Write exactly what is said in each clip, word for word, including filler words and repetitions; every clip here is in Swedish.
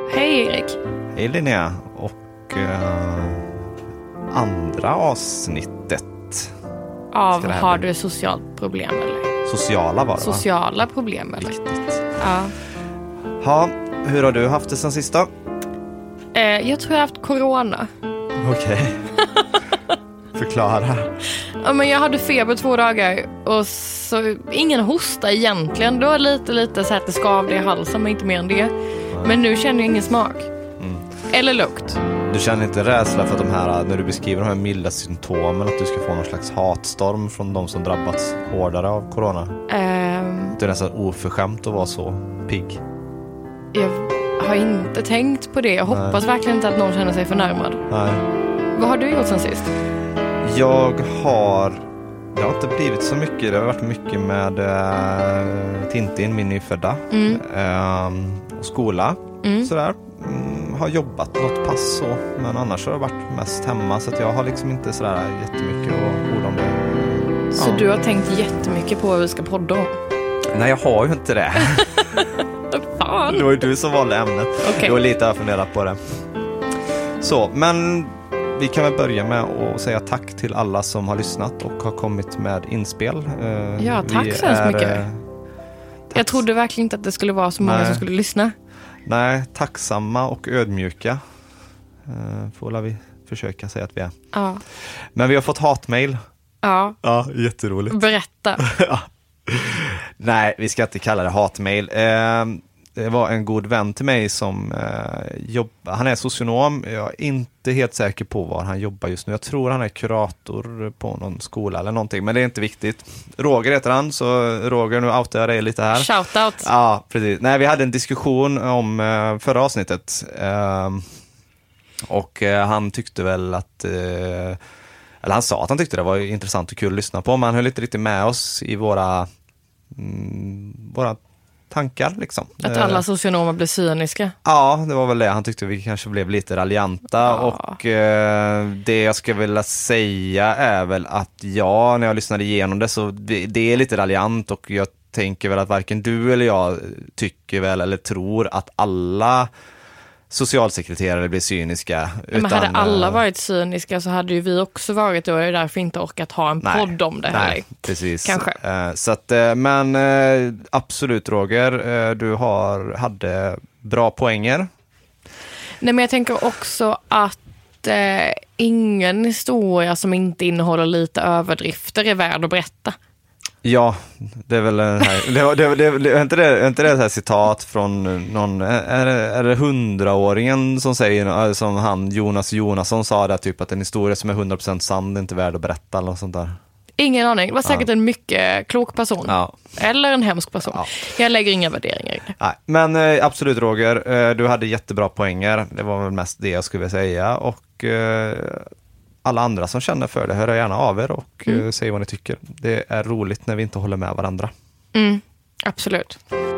Hej Erik. Hej Linnea. Och uh, andra avsnittet. Av har du socialt problem eller? Sociala var det, Sociala va? problem eller? Riktigt. Ja. Ha, hur har du haft det sen sista? Eh, jag tror jag har haft corona. Okej. Okay. Förklara. Ja, men jag hade feber två dagar och så ingen hosta egentligen. Det var lite lite så att det skavde i halsen, men inte mer än det. Mm. Men nu känner jag ingen smak. Mm. Eller lukt. Du känner inte rädsla för att de här, när du beskriver de här milda symptomen, att du ska få någon slags hatstorm från de som drabbats hårdare av corona? Um, det är nästan oförskämt att vara så pigg. Jag har inte tänkt på det. Jag Nej. hoppas verkligen inte att någon känner sig förnärmad. Nej. Vad har du gjort sen sist? Jag har... Det har inte blivit så mycket. Det har varit mycket med äh, Tintin, min nyfödda. Mm. Äh, och skola. Mm. Sådär. Mm, har jobbat något pass så. Men annars har jag varit mest hemma. Så att jag har liksom inte sådär jättemycket att ord om det. Så ja. du har tänkt jättemycket på vad vi ska podda om? Nej, jag har ju inte det. Fan. Det var ju du som valde ämnet. Okay. Jag var lite att fundera på det. Så, men... Vi kan väl börja med att säga tack till alla som har lyssnat och har kommit med inspel. Ja, tack vi så hemskt mycket. Tack. Jag trodde verkligen inte att det skulle vara så många Nej. som skulle lyssna. Nej, tacksamma och ödmjuka. Får vi försöka säga att vi är. Ja. Men vi har fått hatmail. Ja. Ja, jätteroligt. Berätta. ja. Nej, vi ska inte kalla det hatmail. Det var en god vän till mig som eh, jobbar, han är socionom, jag är inte helt säker på var han jobbar just nu. Jag tror han är kurator på någon skola eller någonting, men det är inte viktigt. Roger heter han, så Roger, nu outar jag dig lite här. Shoutout. Ja, precis. Nej, vi hade en diskussion om eh, förra avsnittet eh, och eh, han tyckte väl att, eh, eller han sa att han tyckte det var intressant och kul att lyssna på, men han höll inte riktigt med oss i våra mm, våra tankar liksom. Att alla socionomer blir cyniska. Ja, det var väl det. Han tyckte vi kanske blev lite raljanta. Ja. Och eh, det jag ska vilja säga är väl att ja, när jag lyssnade igenom det så det, det är lite raljant och jag tänker väl att varken du eller jag tycker väl eller tror att alla socialsekreterare blir cyniska. Ja, men utan, hade alla varit cyniska så hade ju vi också varit och är därför inte orkat ha en nej, podd om det här. Nej, precis. Kanske. Uh, så att, uh, men uh, absolut Roger, uh, du har, hade bra poänger. Nej, men jag tänker också att uh, ingen historia som inte innehåller lite överdrifter är värd att berätta. Ja, det är väl den här, det, det, det, det, är inte det, är inte det här citat från någon, är det, är det hundraåringen som säger, som han Jonas Jonasson sa där typ att en historia som är hundra procent sann är inte värd att berätta eller något sånt där. Ingen aning, det var säkert ja. en mycket klok person. Ja. Eller en hemsk person. Ja. Jag lägger inga värderingar i det. Nej, men eh, absolut Roger, eh, du hade jättebra poänger, det var väl mest det jag skulle säga och eh, alla andra som känner för det, hör gärna av er och mm. uh, säg vad ni tycker. Det är roligt när vi inte håller med varandra. Mm, absolut.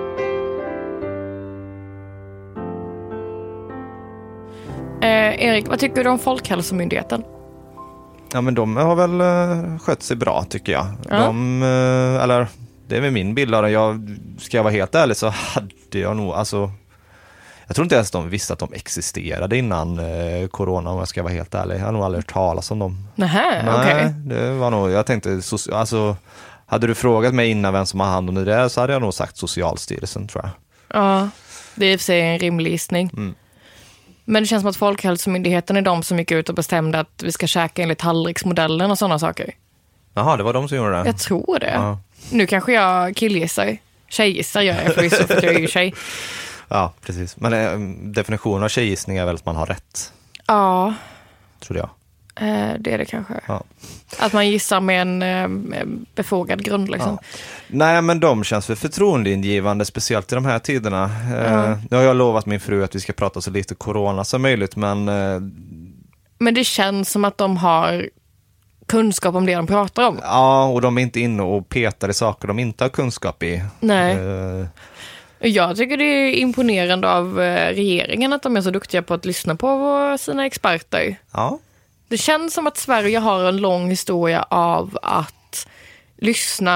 Eh, Erik, vad tycker du om Folkhälsomyndigheten? Ja, men de har väl uh, skött sig bra tycker jag. Ja. De, uh, eller det är väl min bild av det. Jag, ska jag vara helt ärlig så hade jag nog, alltså jag tror inte ens de visste att de existerade innan eh, corona, om jag ska vara helt ärlig. Jag har nog aldrig hört talas om dem. Nähä, okej. Okay. Det var nog, jag tänkte, alltså, hade du frågat mig innan vem som har hand om det där så hade jag nog sagt Socialstyrelsen, tror jag. Ja, det är i och för sig en rimlig gissning. Mm. Men det känns som att Folkhälsomyndigheten är de som gick ut och bestämde att vi ska käka enligt tallriksmodellen och sådana saker. Jaha, det var de som gjorde det? Jag tror det. Ja. Nu kanske jag killgissar. Tjejgissar gör jag förvisso för att jag är ju tjej. Ja, precis. Men äh, definitionen av tjejgissning är väl att man har rätt? Ja. Tror jag. Eh, det är det kanske. Ja. Att man gissar med en eh, befogad grund liksom. Ja. Nej, men de känns för förtroendeingivande, speciellt i de här tiderna. Eh, mm. Nu har jag lovat min fru att vi ska prata så lite corona som möjligt, men... Eh... Men det känns som att de har kunskap om det de pratar om. Ja, och de är inte inne och petar i saker de inte har kunskap i. Nej. Eh... Jag tycker det är imponerande av regeringen att de är så duktiga på att lyssna på sina experter. Ja. Det känns som att Sverige har en lång historia av att lyssna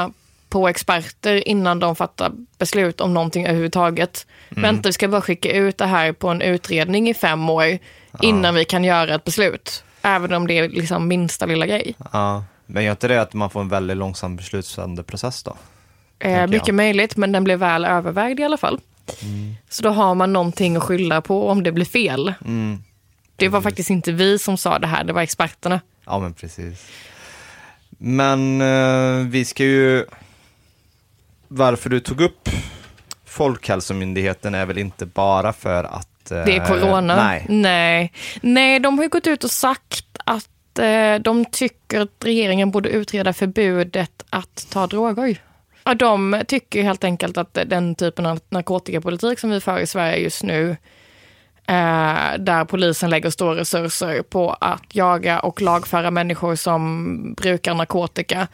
på experter innan de fattar beslut om någonting överhuvudtaget. Mm. Vänta, vi ska bara skicka ut det här på en utredning i fem år ja. innan vi kan göra ett beslut. Även om det är liksom minsta lilla grej. Ja, men gör inte det att man får en väldigt långsam beslutsande process då? Eh, mycket möjligt, men den blir väl övervägd i alla fall. Mm. Så då har man någonting att skylla på om det blir fel. Mm. Det var faktiskt inte vi som sa det här, det var experterna. Ja, men precis. Men eh, vi ska ju... Varför du tog upp Folkhälsomyndigheten är väl inte bara för att... Eh, det är corona. Nej. nej. Nej, de har ju gått ut och sagt att eh, de tycker att regeringen borde utreda förbudet att ta droger. Ja, de tycker helt enkelt att den typen av narkotikapolitik som vi för i Sverige just nu, eh, där polisen lägger stora resurser på att jaga och lagföra människor som brukar narkotika,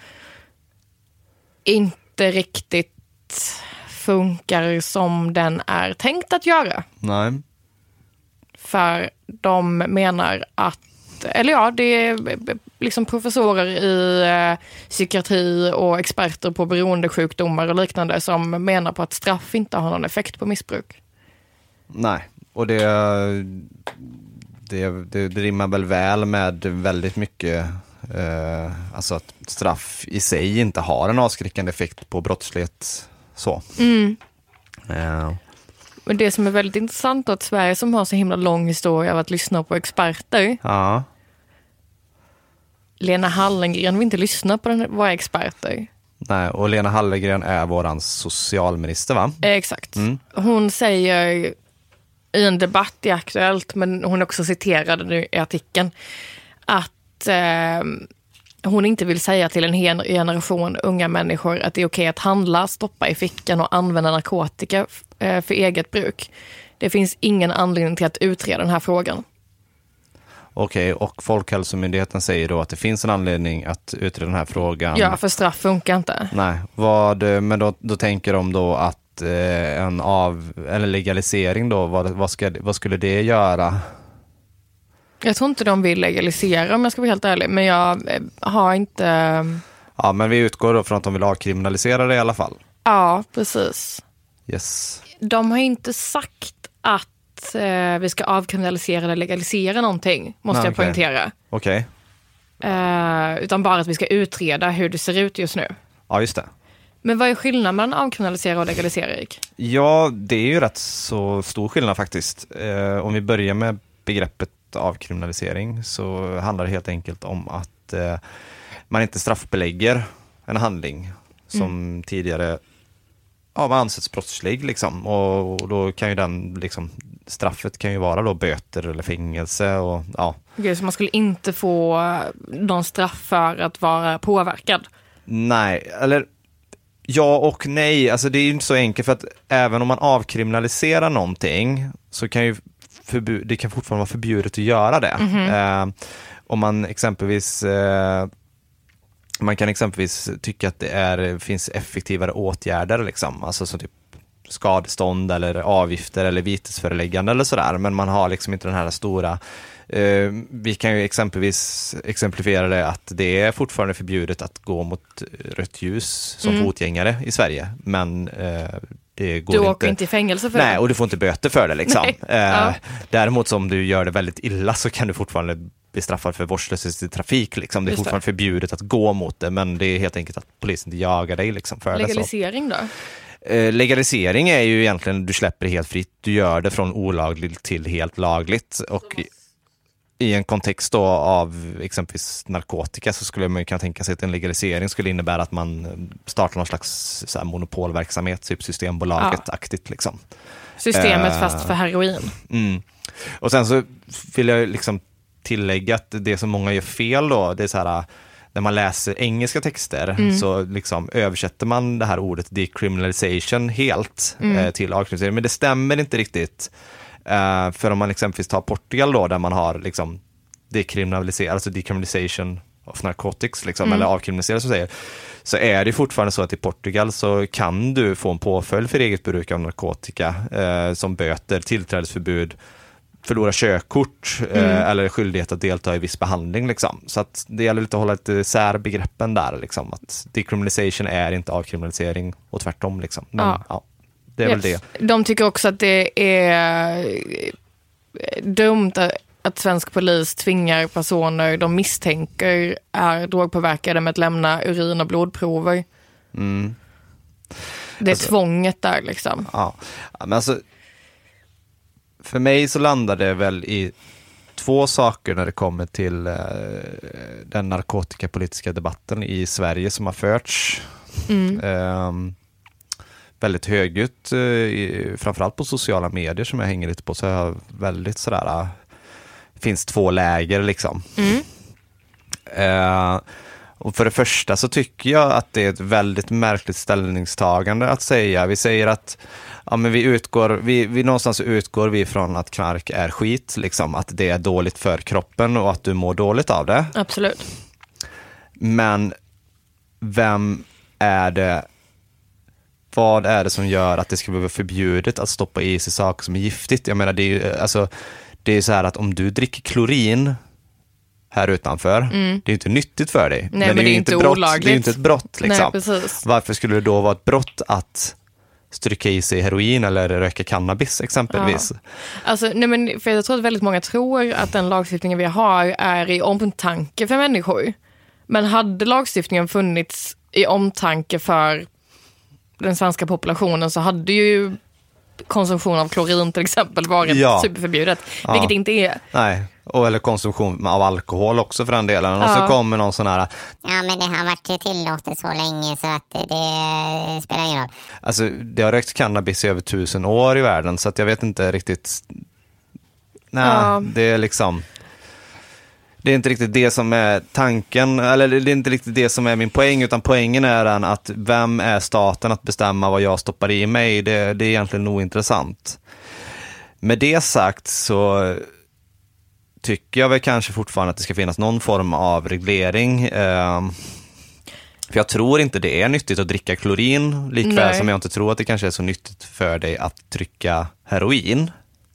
inte riktigt funkar som den är tänkt att göra. Nej. För de menar att, eller ja, det är liksom professorer i eh, psykiatri och experter på beroendesjukdomar och liknande som menar på att straff inte har någon effekt på missbruk. Nej, och det, det, det, det rimmar väl väl med väldigt mycket, eh, alltså att straff i sig inte har en avskräckande effekt på brottslighet så. Mm. Eh. Men det som är väldigt intressant är att Sverige som har så himla lång historia av att lyssna på experter. Ja. Lena Hallengren vill inte lyssna på den, våra experter. Nej, och Lena Hallengren är våran socialminister, va? Eh, exakt. Mm. Hon säger i en debatt i Aktuellt, men hon också citerade nu i artikeln, att eh, hon inte vill säga till en hel generation unga människor att det är okej att handla, stoppa i fickan och använda narkotika eh, för eget bruk. Det finns ingen anledning till att utreda den här frågan. Okej, och Folkhälsomyndigheten säger då att det finns en anledning att utreda den här frågan. Ja, för straff funkar inte. Nej, vad, men då, då tänker de då att eh, en av, eller legalisering då, vad, vad, ska, vad skulle det göra? Jag tror inte de vill legalisera, om jag ska vara helt ärlig, men jag eh, har inte... Ja, men vi utgår då från att de vill avkriminalisera det i alla fall. Ja, precis. Yes. De har inte sagt att eh, vi ska avkriminalisera eller legalisera någonting, måste Nej, jag okay. poängtera. Okej. Okay. Eh, utan bara att vi ska utreda hur det ser ut just nu. Ja, just det. Men vad är skillnaden mellan avkriminalisera och legalisera, Erik? Ja, det är ju rätt så stor skillnad faktiskt. Eh, om vi börjar med begreppet avkriminalisering så handlar det helt enkelt om att eh, man inte straffbelägger en handling som mm. tidigare ja, man ansetts brottslig liksom. Och, och då kan ju den liksom, straffet kan ju vara då böter eller fängelse och ja. Okej, så man skulle inte få någon straff för att vara påverkad? Nej, eller ja och nej. Alltså det är ju inte så enkelt, för att även om man avkriminaliserar någonting så kan ju förbud, det kan fortfarande vara förbjudet att göra det. Mm-hmm. Eh, om man exempelvis eh, man kan exempelvis tycka att det är, finns effektivare åtgärder liksom, alltså som typ skadestånd eller avgifter eller vitesföreläggande eller sådär, men man har liksom inte den här stora eh, vi kan ju exempelvis exemplifiera det att det är fortfarande förbjudet att gå mot rött ljus som mm. fotgängare i Sverige, men eh, det går du inte, åker inte i fängelse för nej, det. Och du får inte böter för det liksom. Eh, ja. Däremot om du gör det väldigt illa så kan du fortfarande bli straffad för vårdslöshet i trafik liksom. Det är Just fortfarande det. förbjudet att gå mot det, men det är helt enkelt att polisen inte jagar dig liksom för legalisering det. Legalisering då? Eh, legalisering är ju egentligen du släpper det helt fritt. Du gör det från olagligt till helt lagligt, och i, i en kontext då av exempelvis narkotika så skulle man kunna tänka sig att en legalisering skulle innebära att man startar någon slags så här, monopolverksamhet, typ Systembolaget-aktigt liksom. Systemet eh, fast för heroin. Mm. Och sen så vill jag liksom tillägga att det som många gör fel då, det är så här, när man läser engelska texter mm. så liksom översätter man det här ordet decriminalization helt mm. eh, till avkriminalisering, men det stämmer inte riktigt. Uh, för om man exempelvis tar Portugal då, där man har liksom dekriminalisering, alltså decriminalization of narcotics liksom, mm. eller avkriminalisering så säger, så är det fortfarande så att i Portugal så kan du få en påföljd för eget bruk av narkotika uh, som böter, tillträdesförbud förlora körkort mm. eh, eller skyldighet att delta i viss behandling liksom. Så att det gäller lite att hålla lite isär begreppen där liksom, att decriminalization är inte avkriminalisering och tvärtom liksom. Men, ja. Ja, det är yes. väl det. De tycker också att det är dumt att, att svensk polis tvingar personer de misstänker är drogpåverkade med att lämna urin- och blodprover. Mm. Det är alltså, tvånget där liksom. Ja, men alltså för mig så landar det väl i två saker när det kommer till eh, den narkotikapolitiska debatten i Sverige som har förts mm. eh, väldigt högljutt, eh, framförallt på sociala medier som jag hänger lite på, så jag har väldigt sådär, eh, finns två läger liksom. Mm. Eh, och för det första så tycker jag att det är ett väldigt märkligt ställningstagande att säga, vi säger att ja, men vi utgår, vi, vi någonstans utgår vi från att knark är skit, liksom, att det är dåligt för kroppen och att du mår dåligt av det. Absolut. Men vem är det, vad är det som gör att det ska vara förbjudet att stoppa i sig saker som är giftigt? Jag menar, det är ju, alltså, det är så här att om du dricker klorin här utanför, mm. det är inte nyttigt för dig. Nej, men, men det är det ju är inte inte brott, olagligt. det är inte ett brott liksom. Nej, precis. Varför skulle det då vara ett brott att stryka i sig heroin eller röka cannabis exempelvis? Ja. Alltså, nej men, för jag tror att väldigt många tror att den lagstiftningen vi har är i omtanke för människor. Men hade lagstiftningen funnits i omtanke för den svenska populationen så hade ju konsumtion av klorin till exempel varit ja. superförbjudet. Ja. Vilket inte är. Nej. Och, eller konsumtion av alkohol också för den delen. Ja. Och så kommer någon sån här... Ja, men det har varit tillåtet så länge så att det spelar ingen roll. Alltså, det har rökt cannabis i över tusen år i världen, så att jag vet inte riktigt... Nej, ja. det är liksom... Det är inte riktigt det som är tanken, eller det är inte riktigt det som är min poäng, utan poängen är den att vem är staten att bestämma vad jag stoppar i mig? Det, det är egentligen ointressant. Med det sagt så tycker jag väl kanske fortfarande att det ska finnas någon form av reglering. Eh, för jag tror inte det är nyttigt att dricka klorin, likväl Nej. som jag inte tror att det kanske är så nyttigt för dig att trycka heroin.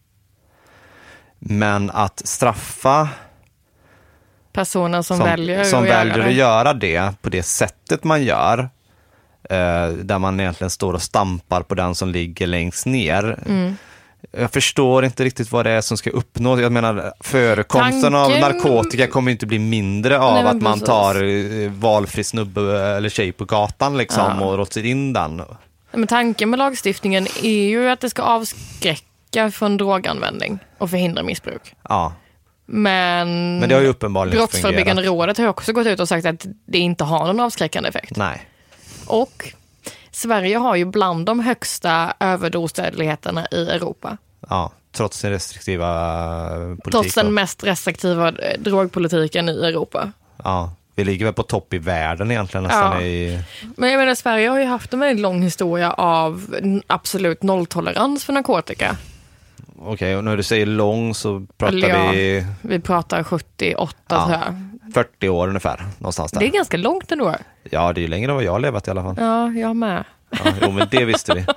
Men att straffa personer som, som väljer, som att, väljer göra att göra det på det sättet man gör, eh, där man egentligen står och stampar på den som ligger längst ner. Mm. Jag förstår inte riktigt vad det är som ska uppnås. Jag menar, förekomsten Tanken... av narkotika kommer inte bli mindre av Nej, att man tar eh, valfri snubbe eller tjej på gatan liksom, ja. och råter in den. Men tanken med lagstiftningen är ju att det ska avskräcka från droganvändning och förhindra missbruk. Ja. Men, Men det har ju uppenbarligen Brottsförebyggande rådet har ju också gått ut och sagt att det inte har någon avskräckande effekt. Nej. Och Sverige har ju bland de högsta överdosdödligheterna i Europa. Ja, trots den restriktiva politik. Trots den mest restriktiva drogpolitiken i Europa. Ja, vi ligger väl på topp i världen egentligen nästan. Ja. I... Men jag menar, Sverige har ju haft en väldigt lång historia av absolut nolltolerans för narkotika. Okej, okay, och när du säger lång så pratar ja, vi... Vi pratar sjuttioåtta, ja, tror jag. fyrtio år ungefär, någonstans där. Det är ganska långt ändå. Ja, det är ju längre än vad jag har levat i alla fall. Ja, jag med. Ja, jo, men det visste vi.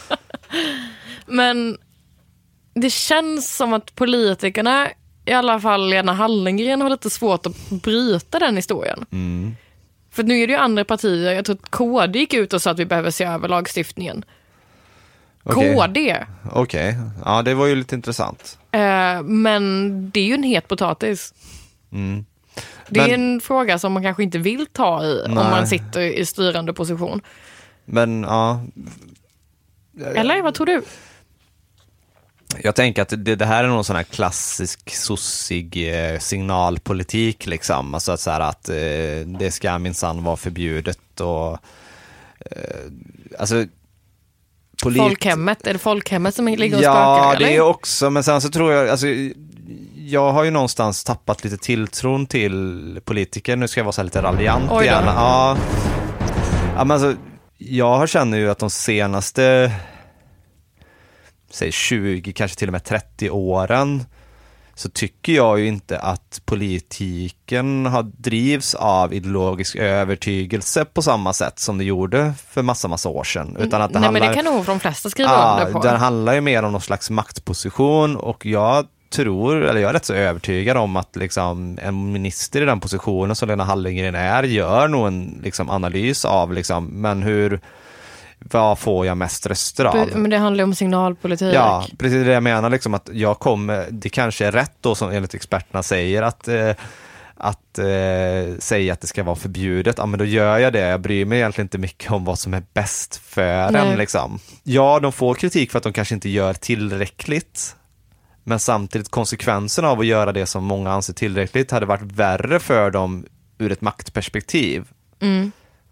Men det känns som att politikerna, i alla fall Lena Hallengren, har lite svårt att bryta den historien. Mm. För nu är det ju andra partier, jag tror att K D gick ut och sa att vi behöver se över lagstiftningen. Okay. K D. Okej, okay. Ja, det var ju lite intressant. Uh, men det är ju en het potatis. Mm. Det men... är en fråga som man kanske inte vill ta i. Nej. Om man sitter i styrande position. Men, ja... Eller vad tror du? Jag tänker att det, det här är någon sån här klassisk sossig eh, signalpolitik liksom. Alltså att, så här, att eh, det ska minsann vara förbjudet och... Eh, alltså... Polit... Folkhemmet, är det folkhemmet som ligger och ja, spökar? Ja, eller? det är också, men sen så tror jag, alltså, jag har ju någonstans tappat lite tilltron till politiker. Nu ska jag vara så här lite raljant igen. Ja, ja, men alltså, jag känner ju att de senaste säg tjugo, kanske till och med trettio åren, så tycker jag ju inte att politiken har drivs av ideologisk övertygelse på samma sätt som det gjorde för massa, massa år sedan. Utan att det Nej, handlar, men det kan nog de flesta skriva ja, under på. Det handlar ju mer om någon slags maktposition, och jag tror, eller jag är rätt så övertygad om att liksom en minister i den positionen som Lena Hallengren är gör nog en liksom analys av liksom, men hur, vad får jag mest röster av? Men det handlar om signalpolitik. Ja, precis det jag menar liksom, att jag kommer, det kanske är rätt då som enligt experterna säger att eh, att eh, säga att det ska vara förbjudet, ja men då gör jag det. Jag bryr mig egentligen inte mycket om vad som är bäst för Nej. en liksom. Ja, de får kritik för att de kanske inte gör tillräckligt, men samtidigt konsekvenserna av att göra det som många anser tillräckligt hade varit värre för dem ur ett maktperspektiv. Mm.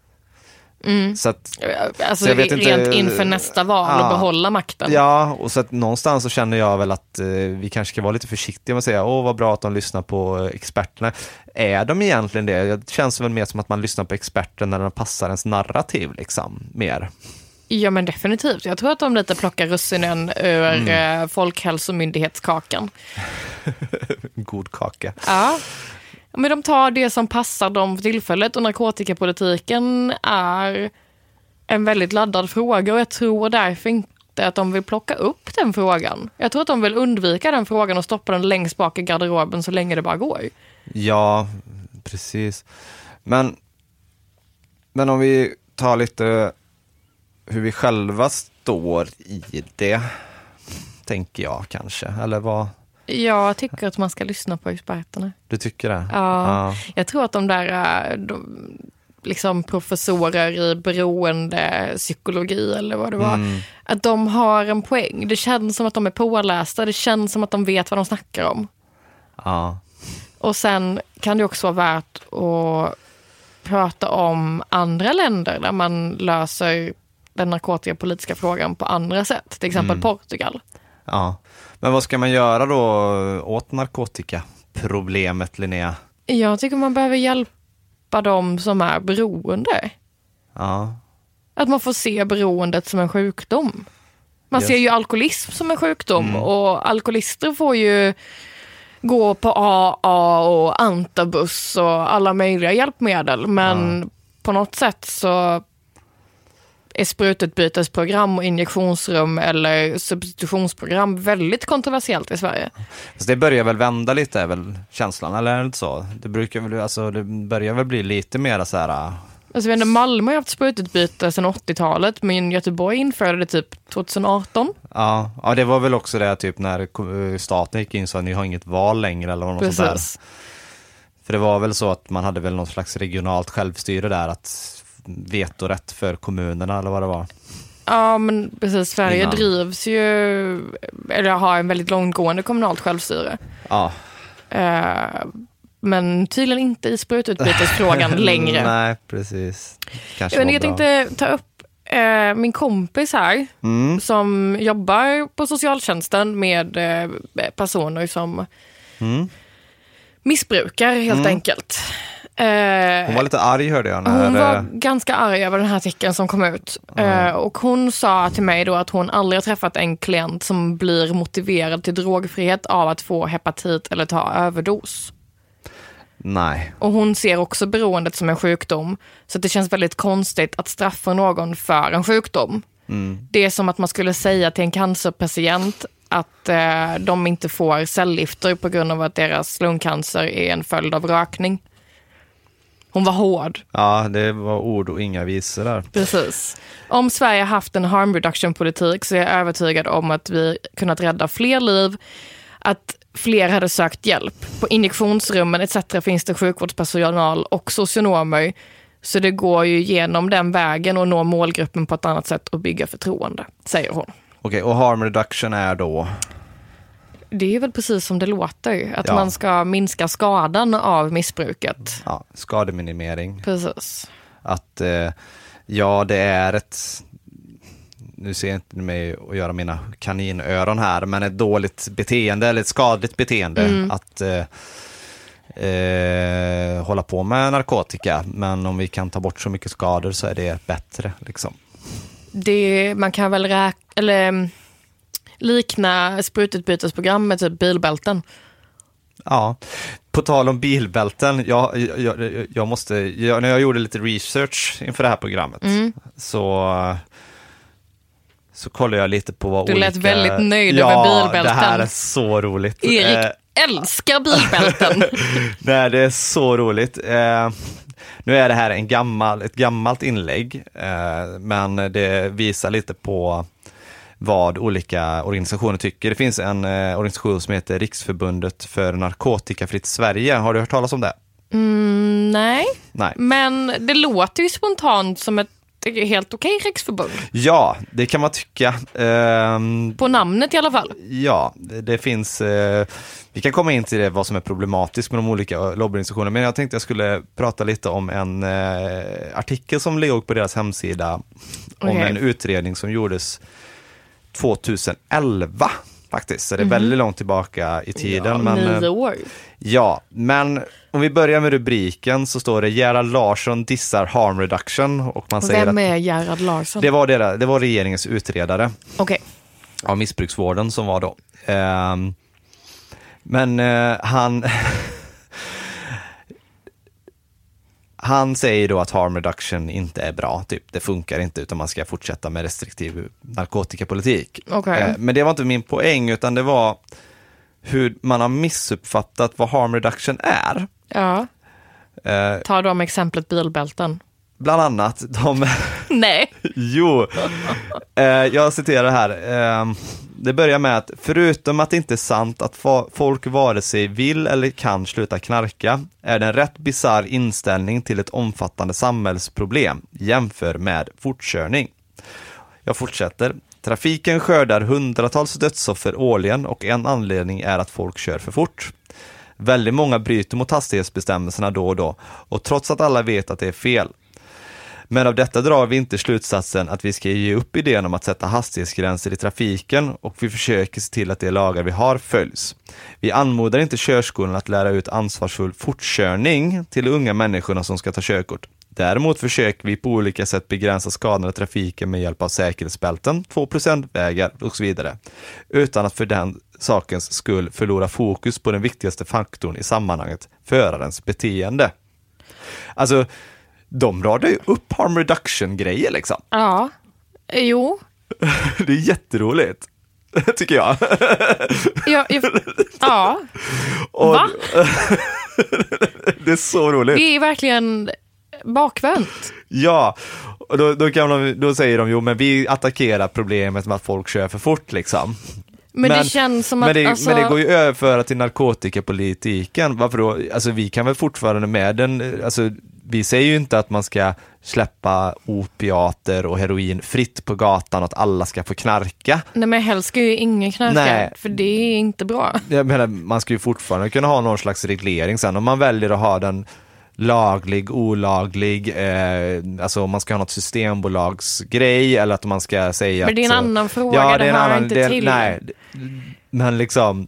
Mm. Så att, alltså så jag vet rent inte, inför nästa val ja, och behålla makten. Ja, och så att någonstans så känner jag väl att eh, vi kanske ska vara lite försiktiga med att säga, åh vad bra att de lyssnar på experterna. Är de egentligen det? Det känns väl mer som att man lyssnar på experter när de passar ens narrativ liksom, mer. Ja men definitivt. Jag tror att de lite plockar russinen ur mm. eh, folkhälsomyndighetskakan. God kaka. Ja. Men de tar det som passar dem för tillfället, och narkotikapolitiken är en väldigt laddad fråga, och jag tror därför inte att de vill plocka upp den frågan. Jag tror att de vill undvika den frågan och stoppa den längst bak i garderoben så länge det bara går. Ja, precis. Men, men om vi tar lite hur vi själva står i det, tänker jag kanske, eller vad? Jag tycker att man ska lyssna på experterna. Du tycker det? Ja, ja. Jag tror att de där de, liksom professorer i beroende psykologi eller vad det var, mm. att de har en poäng. Det känns som att de är pålästa, det känns som att de vet vad de snackar om. Ja. Och sen kan det också vara värt att prata om andra länder där man löser den narkotikapolitiska frågan på andra sätt. Till exempel mm. Portugal. Ja. Men vad ska man göra då åt narkotikaproblemet, Linnea? Jag tycker man behöver hjälpa dem som är beroende. Ja. Att man får se beroendet som en sjukdom. Man Just. ser ju alkoholism som en sjukdom. Mm. Och alkoholister får ju gå på A A och antabus och alla möjliga hjälpmedel. Men ja. på något sätt så är sprututbytesprogram och injektionsrum eller substitutionsprogram väldigt kontroversiellt i Sverige. Så det börjar väl vända lite, är väl känslan, eller är det inte så? Det brukar väl, alltså det börjar väl bli lite mer så här. Alltså vi vet, Malmö har haft sprututbyte sedan åttiotalet, men Göteborg införde det typ tjugoarton. Ja, ja, det var väl också det typ när staten gick in så att ni har inget val längre eller något Precis. sånt där. För det var väl så att man hade väl någon slags regionalt självstyre där, att vetorätt för kommunerna eller vad det var. Ja, men precis. Sverige Innan. drivs ju, eller har en väldigt långtgående kommunalt självstyre. Ja. Uh, men tydligen inte i sprututbytesfrågan längre. Nej, precis. Kanske jag, var jag bra. tänkte ta upp uh, min kompis här mm. som jobbar på socialtjänsten med uh, personer som mm. missbrukar helt mm. enkelt. Hon var lite arg, hörde jag. När... Hon var ganska arg över den här artikeln som kom ut. Mm. Och hon sa till mig då att hon aldrig har träffat en klient som blir motiverad till drogfrihet av att få hepatit eller ta överdos. Nej. Och hon ser också beroendet som en sjukdom. Så det känns väldigt konstigt att straffa någon för en sjukdom. Mm. Det är som att man skulle säga till en cancerpatient att eh, de inte får cellgifter på grund av att deras lungcancer är en följd av rökning. Hon var hård. Ja, det var ord och inga visor där. Precis. Om Sverige haft en harm reduction-politik så är jag övertygad om att vi kunnat rädda fler liv, att fler hade sökt hjälp. På injektionsrummen et cetera finns det sjukvårdspersonal och socionomer, så det går ju genom den vägen och nå målgruppen på ett annat sätt och bygga förtroende, säger hon. Okej, och harm reduction är då? Det är väl precis som det låter. Att ja. man ska minska skadan av missbruket. Ja, skademinimering. Precis. Att, eh, ja, det är ett... Nu ser jag inte mig att göra mina kaninöron här, men ett dåligt beteende eller ett skadligt beteende mm. att eh, eh, hålla på med narkotika. Men om vi kan ta bort så mycket skador så är det bättre, liksom. Det, man kan väl räkna... Eller... likna sprututbytesprogram med typ bilbälten. Ja, på tal om bilbälten, jag, jag, jag måste, jag, när jag gjorde lite research inför det här programmet mm. så så kollar jag lite på vad du olika... lät väldigt nöjd ja, över bilbälten. Ja, det här är så roligt. Erik eh, älskar bilbälten. Nej, det är så roligt. Eh, nu är det här en gammal, ett gammalt inlägg, eh, men det visar lite på vad olika organisationer tycker. Det finns en eh, organisation som heter Riksförbundet för narkotikafritt Sverige. Har du hört talas om det? Mm, nej. Nej, men det låter ju spontant som ett helt okej riksförbund. Ja, det kan man tycka. Ehm, På namnet i alla fall. Ja, det, det finns... Eh, vi kan komma in till det, vad som är problematiskt med de olika lobbyorganisationerna, men jag tänkte jag skulle prata lite om en eh, artikel som låg på deras hemsida om Okay. en utredning som gjordes tjugoelva faktiskt, så det är Mhm. väldigt långt tillbaka i tiden. Ja, men, nio eh, år. Ja, men om vi börjar med rubriken så står det Gerhard Larsson dissar harm reduction och man Och säger vem att är Gerhard Larsson? det var, det, det var regeringens utredare Okej. av missbruksvården som var då. Ehm, men eh, han han säger då att harm reduction inte är bra, typ det funkar inte utan man ska fortsätta med restriktiv narkotikapolitik. Okej. Eh, men det var inte min poäng utan det var hur man har missuppfattat vad harm reduction är. Ja. Eh, Ta de exemplet bilbälten. bland annat de Nej. Jo, eh, jag citerar här. Eh, det börjar med att förutom att det inte är sant att fa- folk vare sig vill eller kan sluta knarka är det en rätt bizarr inställning till ett omfattande samhällsproblem jämför med fortkörning. Jag fortsätter. Trafiken skördar hundratals dödsoffer årligen och en anledning är att folk kör för fort. Väldigt många bryter mot hastighetsbestämmelserna då och då och trots att alla vet att det är fel. Men av detta drar vi inte slutsatsen att vi ska ge upp idén om att sätta hastighetsgränser i trafiken och vi försöker se till att de lagar vi har följs. Vi anmodar inte körskolan att lära ut ansvarsfull fortkörning till unga människorna som ska ta körkort. Däremot försöker vi på olika sätt begränsa skadorna i trafiken med hjälp av säkerhetsbälten, två procent-vägar och så vidare. Utan att för den sakens skull förlora fokus på den viktigaste faktorn i sammanhanget, förarens beteende. Alltså, de radar ju upp harm reduction-grejer liksom. Ja. Jo. Det är jätteroligt, tycker jag. Ja. jag- Ja. Och, Va? det är så roligt. Det är verkligen bakvänt. Ja, och då, då, kan de, då säger de jo, men vi attackerar problemet med att folk kör för fort liksom. Men, det känns som men att... det, alltså, men det går ju att överföra till narkotikapolitiken. Varför då? Alltså vi kan väl fortfarande med den, alltså vi säger ju inte att man ska släppa opiater och heroin fritt på gatan och att alla ska få knarka. Nej, men helst ska ju ingen knarka, Nej. för det är inte bra. Jag menar, man ska ju fortfarande kunna ha någon slags reglering sen. Om man väljer att ha den laglig, olaglig, eh, alltså om man ska ha något systembolagsgrej eller att man ska säga Men det är en att, annan fråga, ja, det är en hör annan, inte det, till. Nej, men liksom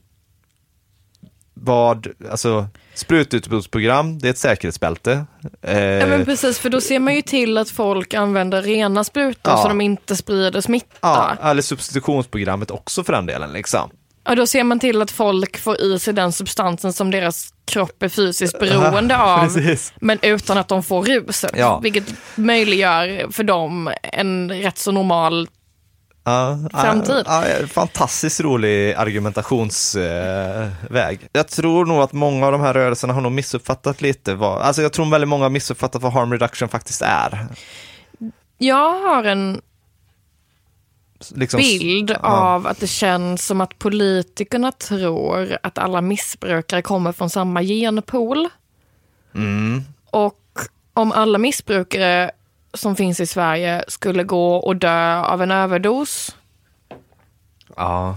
vad, alltså sprututbytesprogram, det är ett säkerhetsbälte. Eh, Ja, men precis, för då ser man ju till att folk använder rena sprutor Ja. så de inte sprider smitta. ja, eller substitutionsprogrammet också för den delen liksom. Och då ser man till att folk får i sig den substansen som deras kropp är fysiskt beroende Ja, av, precis. men utan att de får ruset. Ja. Vilket möjliggör för dem en rätt så normal... Ja, Framtid. Ja, ja, fantastiskt rolig argumentationsväg. Eh, jag tror nog att många av de här rörelserna har nog missuppfattat lite vad, alltså jag tror väldigt många har missuppfattat vad harm reduction faktiskt är. Jag har en Liksom, bild ja. av att det känns som att politikerna tror att alla missbrukare kommer från samma genpool. Mm. Och om alla missbrukare som finns i Sverige skulle gå och dö av en överdos. Ja.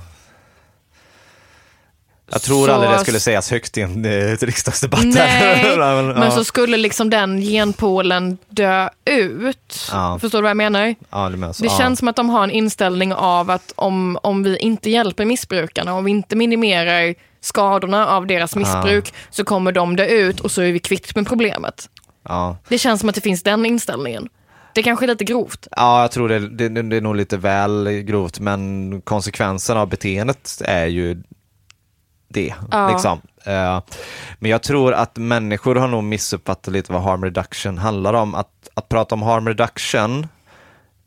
Jag tror Så- aldrig det skulle sägas högt i en eh, riksdagsdebatt. Nej, men, men ja. så skulle liksom den genpoolen dö ut. Ja. Förstår du vad jag menar? Ja, det, menas, Det ja. känns som att de har en inställning av att om, om vi inte hjälper missbrukarna, om vi inte minimerar skadorna av deras missbruk, så kommer de dö ut och så är vi kvitt med problemet. Ja. Det känns som att det finns den inställningen. Det kanske är lite grovt. Ja, jag tror det, det, det är nog lite väl grovt, men konsekvenserna av beteendet är ju det. Ja. Liksom. Uh, men jag tror att människor har nog missuppfattat lite vad harm reduction handlar om. Att, att prata om harm reduction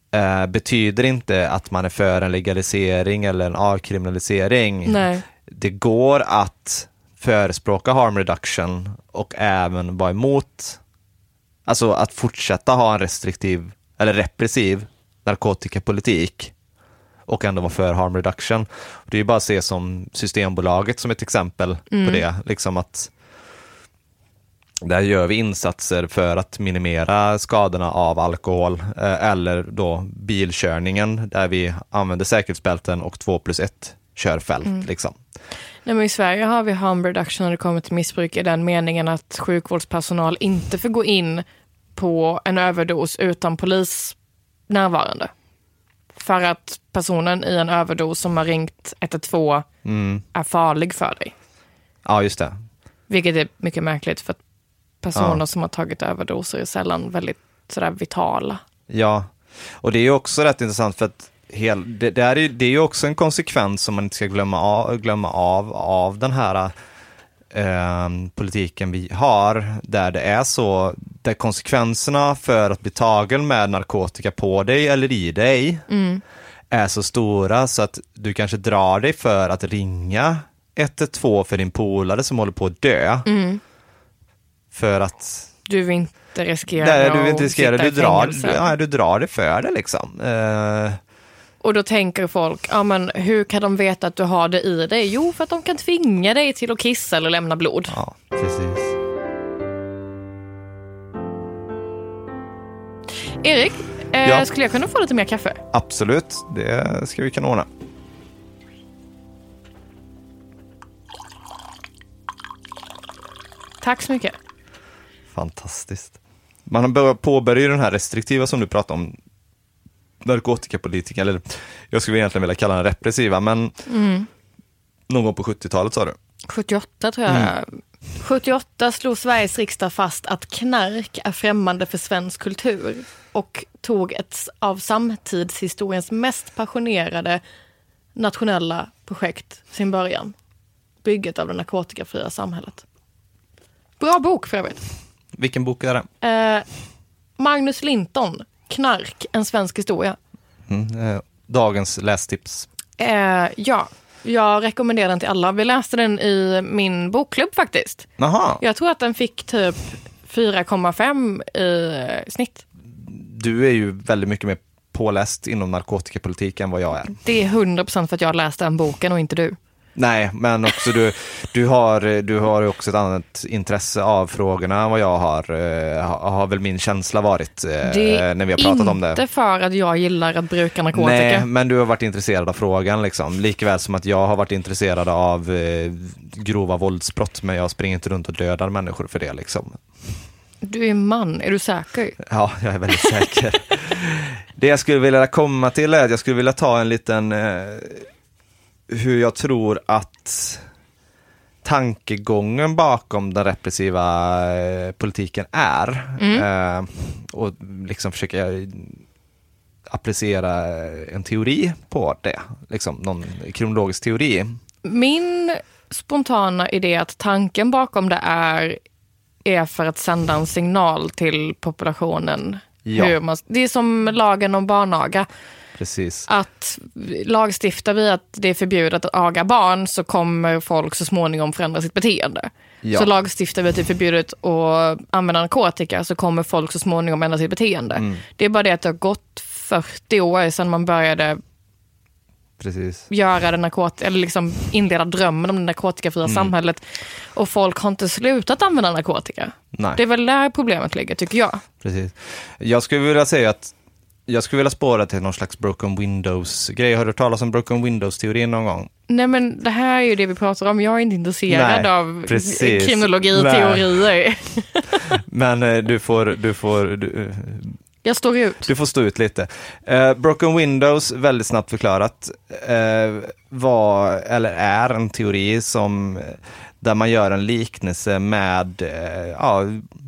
eh, betyder inte att man är för en legalisering eller en avkriminalisering. Nej. Det går att förespråka harm reduction och även vara emot, alltså att fortsätta ha en restriktiv eller repressiv narkotikapolitik och ändå vara för harm reduction. Det är ju bara att se som Systembolaget som ett exempel mm. på det. Liksom att där gör vi insatser för att minimera skadorna av alkohol eh, eller då bilkörningen där vi använder säkerhetsbälten och två plus ett körfält. Mm. Liksom. Nej, men i Sverige har vi harm reduction när det kommer till missbruk i den meningen att sjukvårdspersonal inte får gå in på en överdos utan polis närvarande. För att personen i en överdos som har ringt ett ett två mm. är farlig för dig. Ja, just det. Vilket är mycket märkligt för att personer ja. som har tagit överdoser är sällan väldigt sådär vitala. Ja, och det är ju också rätt intressant för att hel, det, det, är, det är ju också en konsekvens som man inte ska glömma av, glömma av, av den här eh, politiken vi har, där det är så, där konsekvenserna för att bli tagen med narkotika på dig eller i dig mm. är så stora så att du kanske drar dig för att ringa ett ett två för din polare som håller på att dö. Mm. För att du vill inte riskera nej, du vill inte riskera du drar, du, ja, du drar det för det liksom. Uh, och då tänker folk, ja men hur kan de veta att du har det i dig? Jo, för att de kan tvinga dig till att kissa eller lämna blod. Ja, precis. Erik, eh, ja. skulle jag kunna få lite mer kaffe? Absolut, det ska vi kunna ordna. Tack så mycket. Fantastiskt. Man har börjat påbörja den här restriktiva som du pratar om, narkotikapolitiken, eller jag skulle egentligen vilja kalla den repressiva, men mm. någon gång på sjuttiotalet sa du? sjuttioåtta tror jag. Mm. sjuttioåtta slog Sveriges riksdag fast att knark är främmande för svensk kultur och tog ett av samtidshistoriens mest passionerade nationella projekt sin början. Bygget av det narkotikafria samhället. Bra bok för övrigt. Vilken bok är det? Eh, Magnus Linton, Knark, en svensk historia. Mm, eh, dagens lästips. Eh, ja, jag rekommenderar den till alla. Vi läste den i min bokklubb faktiskt. Aha. Jag tror att den fick typ fyra komma fem i snitt. Du är ju väldigt mycket mer påläst inom narkotikapolitik än vad jag är. Det är hundra procent för att jag läste den boken och inte du. Nej, men också du, du har du har också ett annat intresse av frågorna än vad jag har. Uh, har väl min känsla varit uh, när vi har pratat om det. Det är inte för att jag gillar att bruka narkotika. Nej, men du har varit intresserad av frågan liksom. Likaväl som att jag har varit intresserad av uh, grova våldsbrott, men jag springer inte runt och dödar människor för det liksom. Du är man, är du säker? Ja, jag är väldigt säker. Det jag skulle vilja komma till är att jag skulle vilja ta en liten... Uh, hur jag tror att tankegången bakom den repressiva eh, politiken är mm. eh, och liksom försöka applicera en teori på det, liksom någon kronologisk teori. Min spontana idé att tanken bakom det är är för att sända en signal till populationen. Ja. Hur man, det är som lagen om barnaga. Precis. Att lagstiftar vi att det är förbjudet att aga barn så kommer folk så småningom förändra sitt beteende. Ja. Så lagstiftar vi att det är förbjudet att använda narkotika så kommer folk så småningom ändra sitt beteende. Mm. Det är bara det att det har gått fyrtio år sedan man började Precis. göra det narkotika, eller liksom inleda drömmen om det narkotikafria mm. samhället. Och folk har inte slutat använda narkotika. Nej. Det är väl där problemet ligger, tycker jag. Precis. Jag skulle vilja säga att jag skulle vilja spåra till någon slags broken windows-grej. Har du talat om broken windows-teorin någon gång? Nej, men det här är ju det vi pratar om. Jag är inte intresserad Nej, av precis. kriminologi-teorier. Men uh, du får... Du får du, uh, jag står ut. Du får stå ut lite. Uh, broken windows, väldigt snabbt förklarat, uh, var, eller är en teori som där man gör en liknelse med... Uh, ja,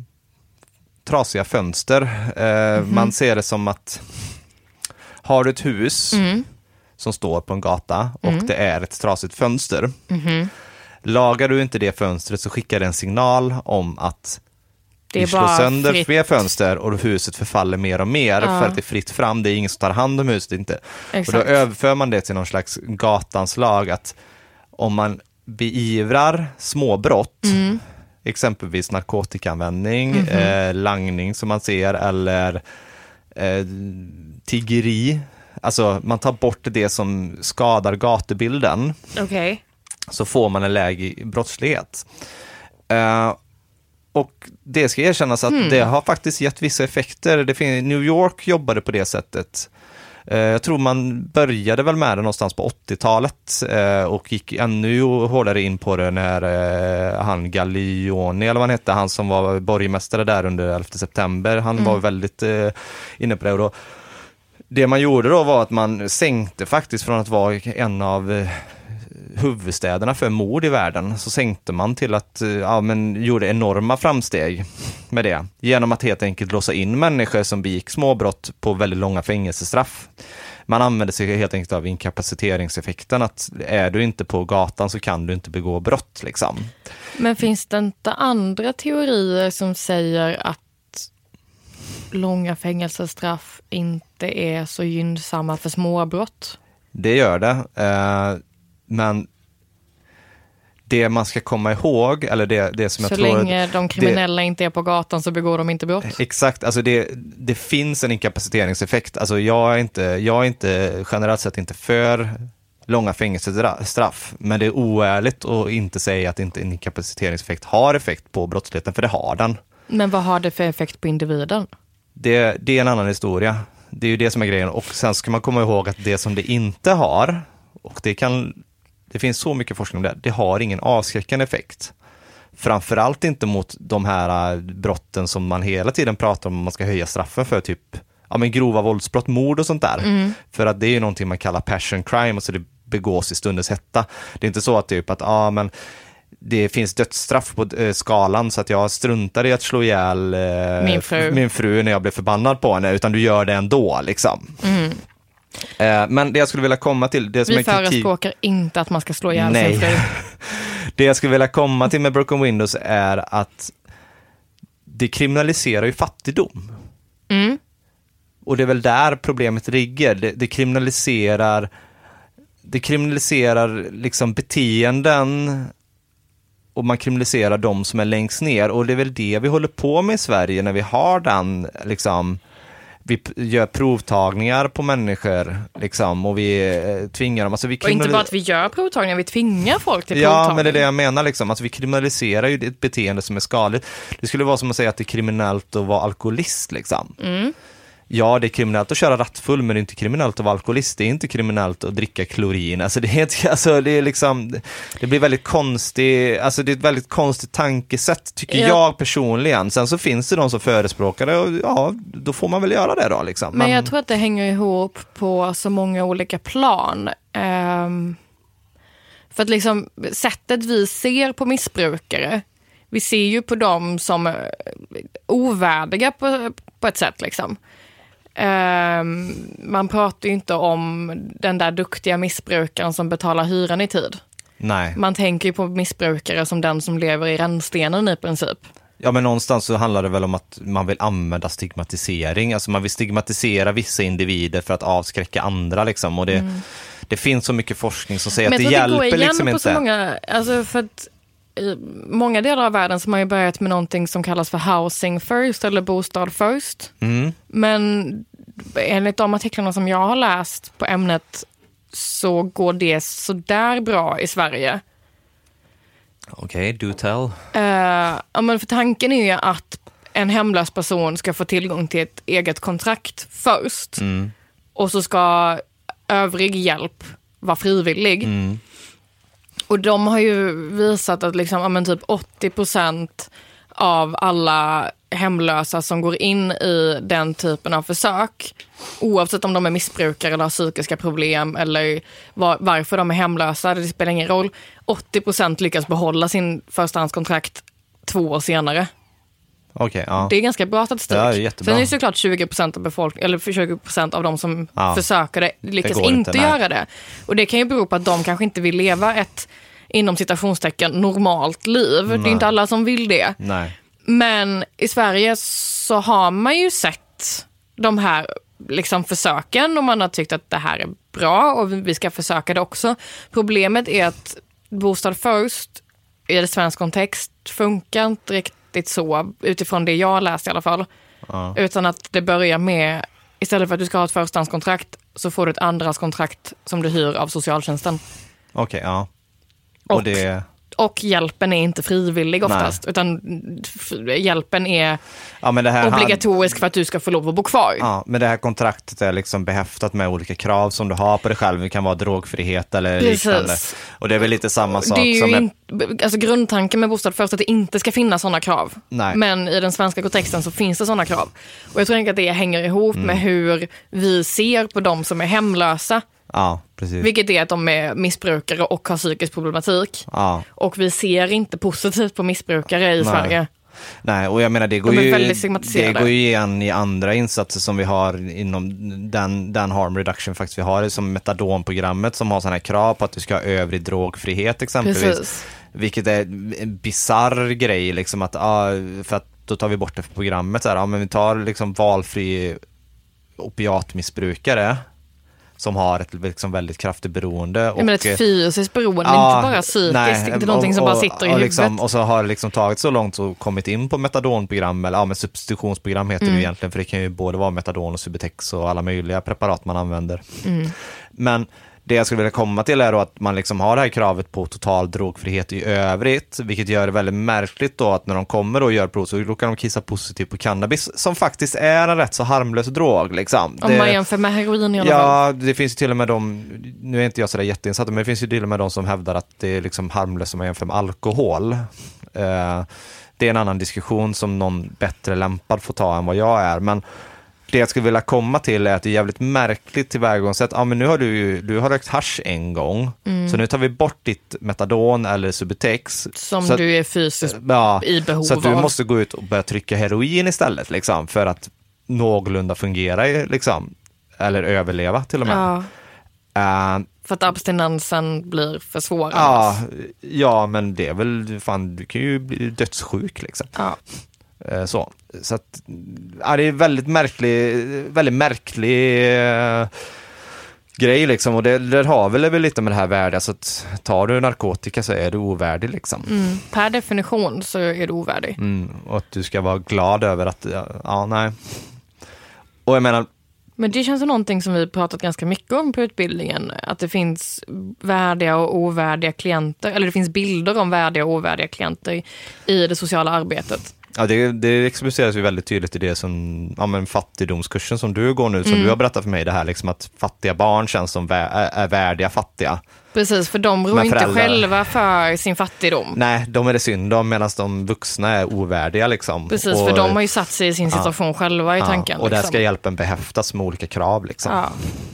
trasiga fönster. Eh, mm-hmm. Man ser det som att har du ett hus mm. som står på en gata och mm. det är ett trasigt fönster. Mm-hmm. Lagar du inte det fönstret så skickar det en signal om att Det är vi slår bara sönder fritt. fler fönster och huset förfaller mer och mer Ja. för att det är fritt fram, det är ingen som tar hand om huset inte. Exakt. Och då överför man det till någon slags gatanslag att om man beivrar småbrott, Mm. exempelvis narkotikaanvändning, Mm-hmm. eh, langning som man ser eller eh, tiggeri, alltså man tar bort det som skadar gatubilden, Okej. så får man en lägre brottslighet. Eh, och det ska erkännas att Mm. det har faktiskt gett vissa effekter. Det fin- New York jobbade på det sättet. Eh, jag tror man började väl med det någonstans på åttiotalet eh, och gick ännu hårdare in på det när eh, han Gallioni, eller vad han hette, han som var borgmästare där under elfte september, han Mm. var väldigt eh, inne på det. Och då, det man gjorde då var att man sänkte faktiskt från att vara en av eh, huvudstäderna för mord i världen, så sänkte man till att, ja men gjorde enorma framsteg med det, genom att helt enkelt låsa in människor som begick småbrott på väldigt långa fängelsestraff. Man använde sig helt enkelt av inkapaciteringseffekten, att är du inte på gatan så kan du inte begå brott liksom. Men finns det inte andra teorier som säger att långa fängelsestraff inte är så gynnsamma för småbrott? Det gör det, eh, men det man ska komma ihåg, eller det, det som Så jag tror... länge de kriminella det, inte är på gatan så begår de inte brott? Exakt, alltså det, det finns en inkapaciteringseffekt. Alltså jag är, inte, jag är inte generellt sett inte för långa fängelsestraff, men det är oärligt att inte säga att inte en inkapaciteringseffekt har effekt på brottsligheten, för det har den. Men vad har det för effekt på individen? Det, det är en annan historia. Det är ju det som är grejen. Och sen ska man komma ihåg att det som det inte har, och det kan... Det finns så mycket forskning om det. Det har ingen avskräckande effekt. Framförallt inte mot de här brotten som man hela tiden pratar om, man ska höja straffen för, typ ja, men grova våldsbrott, mord och sånt där. Mm. För att det är ju någonting man kallar passion crime, och så det begås i stundens hetta. Det är inte så att typ att ja, men det finns dödsstraff på eh, skalan så att jag struntar i att slå ihjäl eh, min, fru. min fru när jag blir förbannad på henne, utan du gör det ändå liksom. Mm. Men det jag skulle vilja komma till... Det som Vi är kritik... förespråkar inte att man ska slå ihjäl Nej. sin fru. Det jag skulle vilja komma till med Broken Windows är att det kriminaliserar ju fattigdom. Mm. Och det är väl där problemet ligger. Det, det kriminaliserar det kriminaliserar liksom beteenden, och man kriminaliserar de som är längst ner. Och det är väl det vi håller på med i Sverige när vi har den liksom... Vi gör provtagningar på människor liksom, och vi eh, tvingar dem. Alltså, vi kriminalis- och inte bara att vi gör provtagningar, vi tvingar folk till provtagning. Ja, men det är det jag menar. Liksom. Alltså, vi kriminaliserar ju ett beteende som är skadligt. Det skulle vara som att säga att det är kriminellt att vara alkoholist. Liksom. Mm. Ja, det är kriminellt att köra rattfull, men det är inte kriminellt att vara alkoholist. Det är inte kriminellt att dricka klorin. Alltså, det, är inte, alltså, det, är liksom, det blir väldigt konstigt. Alltså, det är ett väldigt konstigt tankesätt, tycker ja. jag personligen. Sen så finns det de som förespråkar det, och ja, då får man väl göra det då. Liksom. Men jag tror att det hänger ihop på så många olika plan. Um, för att liksom sättet vi ser på missbrukare, vi ser ju på dem som ovärdiga på, på ett sätt liksom. Um, man pratar ju inte om den där duktiga missbrukaren som betalar hyran i tid. Nej. Man tänker ju på missbrukare som den som lever i rännstenen i princip. Ja, men någonstans så handlar det väl om att man vill använda stigmatisering. Alltså man vill stigmatisera vissa individer för att avskräcka andra liksom. Och det, mm. det finns så mycket forskning som säger men att det hjälper det går igen liksom på inte. Så många, alltså för att i många delar av världen så har man ju börjat med någonting som kallas för housing first eller bostad first. Mm. Men enligt de artiklarna som jag har läst på ämnet så går det så där bra i Sverige. Okej, okay, do tell. Uh, ja, men för tanken är ju att en hemlös person ska få tillgång till ett eget kontrakt först. Mm. Och så ska övrig hjälp vara frivillig. Mm. Och de har ju visat att liksom, ja, men typ åttio procent av alla hemlösa som går in i den typen av försök, oavsett om de är missbrukare eller har psykiska problem eller var, varför de är hemlösa, det spelar ingen roll. åttio procent lyckas behålla sin förstahandskontrakt två år senare. Okay, ja. Det är ganska bra statistik. Ja, det är Sen är det såklart tjugo procent av befolkningen, eller tjugo procent av de som ja. försöker det lyckas det inte, inte göra det. Och det kan ju bero på att de kanske inte vill leva ett, inom citationstecken, normalt liv. Nej. Det är inte alla som vill det. Nej. Men i Sverige så har man ju sett de här liksom försöken och man har tyckt att det här är bra och vi ska försöka det också. Problemet är att Bostad först i det svensk kontext funkar inte riktigt så utifrån det jag läst i alla fall. Ja. Utan att det börjar med, istället för att du ska ha ett förstahandskontrakt så får du ett andrahandskontrakt som du hyr av socialtjänsten. Okej, okay, ja. Och, och, det... och hjälpen är inte frivillig oftast. Nej. Utan hjälpen är ja, men det här obligatorisk han... för att du ska få lov att bo kvar. Ja, men det här kontraktet är liksom behäftat med olika krav som du har på dig själv. Det kan vara drogfrihet eller Precis. liknande. Och det är väl lite samma sak. Det är som ju är... in... alltså grundtanken med Bostad först att det inte ska finnas sådana krav. Nej. Men i den svenska kontexten så finns det sådana krav. Och jag tror inte att det hänger ihop mm. med hur vi ser på de som är hemlösa. Ja, precis. Vilket är att de är missbrukare och har psykisk problematik. Ja. Och vi ser inte positivt på missbrukare i Nej. Sverige. Nej, och jag menar det går, de är ju, väldigt stigmatiserade. det går ju igen i andra insatser som vi har inom den, den harm reduction faktiskt vi har, som metadonprogrammet som har sådana här krav på att du ska ha övrig drogfrihet exempelvis. Precis. Vilket är en bizarr grej liksom att, ja, för att då tar vi bort det för programmet så här, ja, men vi tar liksom valfri opiatmissbrukare som har ett liksom väldigt kraftigt beroende. Och, men ett fysiskt beroende, ja, inte bara psykiskt. Nej, inte någonting och, som bara och, sitter i och huvudet. Liksom, och så har det liksom tagit så långt och kommit in på metadonprogram, eller ja, men substitutionsprogram heter mm. det egentligen, för det kan ju både vara metadon och Subutex och alla möjliga preparat man använder. Mm. Men det jag skulle vilja komma till är då att man liksom har det här kravet på total drogfrihet i övrigt, vilket gör det väldigt märkligt då att när de kommer och gör prov så då kan de kissa positivt på cannabis, som faktiskt är en rätt så harmlös drog. Liksom. Om det, man jämför med heroin i alla ja, fall. Ja, det finns ju till och med de, nu är inte jag sådär jätteinsatt, men det finns ju till och med de som hävdar att det är liksom harmlöst om man jämför med alkohol. Eh, det är en annan diskussion som någon bättre lämpad får ta än vad jag är, men det jag skulle vilja komma till är att det är jävligt märkligt tillvägagångssätt. Ja, men nu har du, du har rökt hasch en gång. Mm. Så nu tar vi bort ditt metadon eller Subutex. Som så du är fysiskt ja, i behov av. Så att du måste gå ut och börja trycka heroin istället. Liksom, för att någorlunda fungera. Liksom, eller överleva till och med. Ja. Uh, för att abstinensen blir för svår. Ja, ja, men det är väl, fan, du kan ju bli dödssjuk liksom. Ja. Så, så att, ja, det är väldigt märklig, väldigt märklig eh, grej liksom, och det, det har väl, väl lite med det här värde, så att tar du narkotika så är du ovärdig liksom. Mm, per definition så är du ovärdig. Mm, och att du ska vara glad över att, ja, ja nej. Och jag menar, men det känns som någonting som vi pratat ganska mycket om på utbildningen, att det finns värdiga och ovärdiga klienter, eller det finns bilder om värdiga och ovärdiga klienter i det sociala arbetet. Ja, det, det expliceras ju väldigt tydligt i det som, ja, men fattigdomskursen som du går nu, som mm. du har berättat för mig, det här liksom att fattiga barn känns som vä- är värdiga fattiga. Precis, för de rår inte själva för sin fattigdom. Nej, de är det synd om, medan de vuxna är ovärdiga liksom. Precis, och, för de har ju satt sig i sin situation ja, själva i ja, tanken. Och liksom. där ska hjälpen behäftas med olika krav liksom. Ja,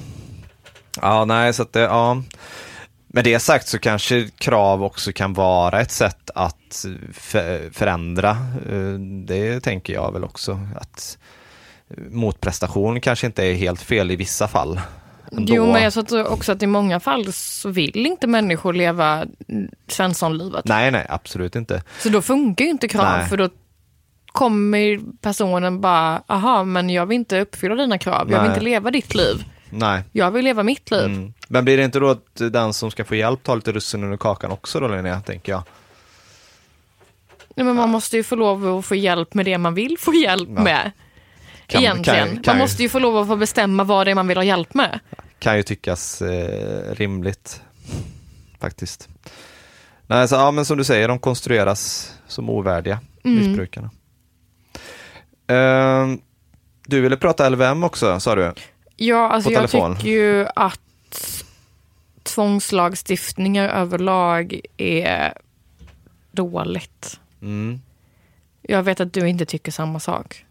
ja nej, så att det, ja. Med det sagt så kanske krav också kan vara ett sätt att förändra. Det tänker jag väl också. Att motprestation kanske inte är helt fel i vissa fall. Ändå. Jo, men jag tror också att i många fall så vill inte människor leva Svenssonlivet. Nej, nej, absolut inte. Så då funkar ju inte krav, nej. För då kommer personen bara, aha, men jag vill inte uppfylla dina krav. Nej. Jag vill inte leva ditt liv. Nej. Jag vill leva mitt liv. Mm. Men blir det inte då att den som ska få hjälp tar lite russin under kakan också då, Linnea, tänker jag? Nej, men man måste ju få lov att få hjälp med det man vill få hjälp ja. med. Kan, Egentligen. Kan, kan man måste ju få lov att få bestämma vad det är man vill ha hjälp med. Kan ju tyckas eh, rimligt, faktiskt. Nej, så, ja, men som du säger, de konstrueras som ovärdiga, mm. missbrukarna. Uh, du ville prata L V M också, sa du? Ja, alltså jag tycker ju att tvångslagstiftningar överlag är dåligt. Mm. Jag vet att du inte tycker samma sak.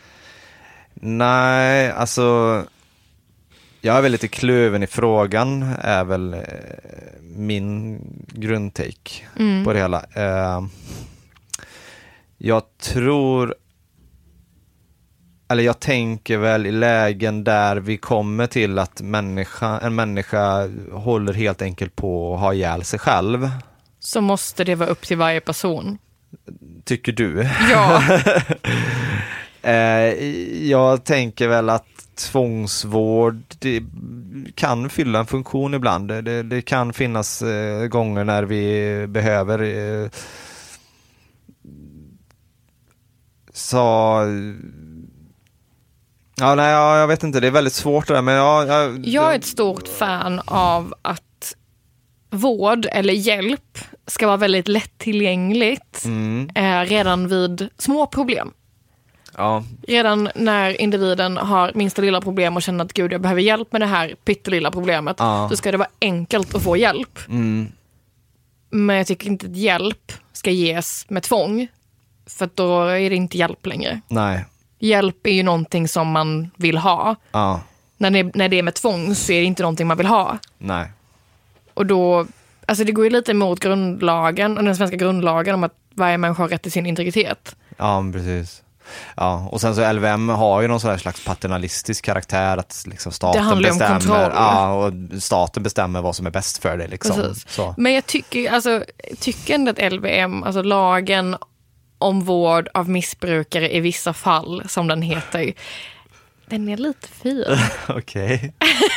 Nej, alltså jag är väl lite kluven i frågan, är väl eh, min grundtake mm. på det hela. Eh, jag tror Eller jag tänker väl i lägen där vi kommer till att människa, en människa håller helt enkelt på att ha ihjäl sig själv. Så måste det vara upp till varje person. tycker du? Ja. eh, jag tänker väl att tvångsvård det kan fylla en funktion ibland. Det, det kan finnas eh, gånger när vi behöver eh, så ja, nej, ja, jag vet inte, det är väldigt svårt det där, men ja, jag, jag är ett stort fan av att vård eller hjälp ska vara väldigt lättillgängligt mm. eh, redan vid små problem. Ja. Redan när individen har minsta lilla problem och känner att gud, jag behöver hjälp med det här pyttelilla problemet, ja. så ska det vara enkelt att få hjälp. Mm. Men jag tycker inte att hjälp ska ges med tvång, för då är det inte hjälp längre. Nej. Hjälp är ju någonting som man vill ha. Ja. När det, när det är med tvång så är det inte någonting man vill ha. Nej. Och då, alltså det går ju lite emot grundlagen och den svenska grundlagen om att varje människa har rätt till sin integritet. Ja, precis. Ja, och sen så L V M har ju någon sån här slags paternalistisk karaktär att liksom staten det handlar bestämmer. om kontroll. Ja, och staten bestämmer vad som är bäst för det liksom. Så. Men jag tycker, alltså, tycker ändå att L V M, alltså lagen om vård av missbrukare i vissa fall, som den heter, den är lite fin. Okej.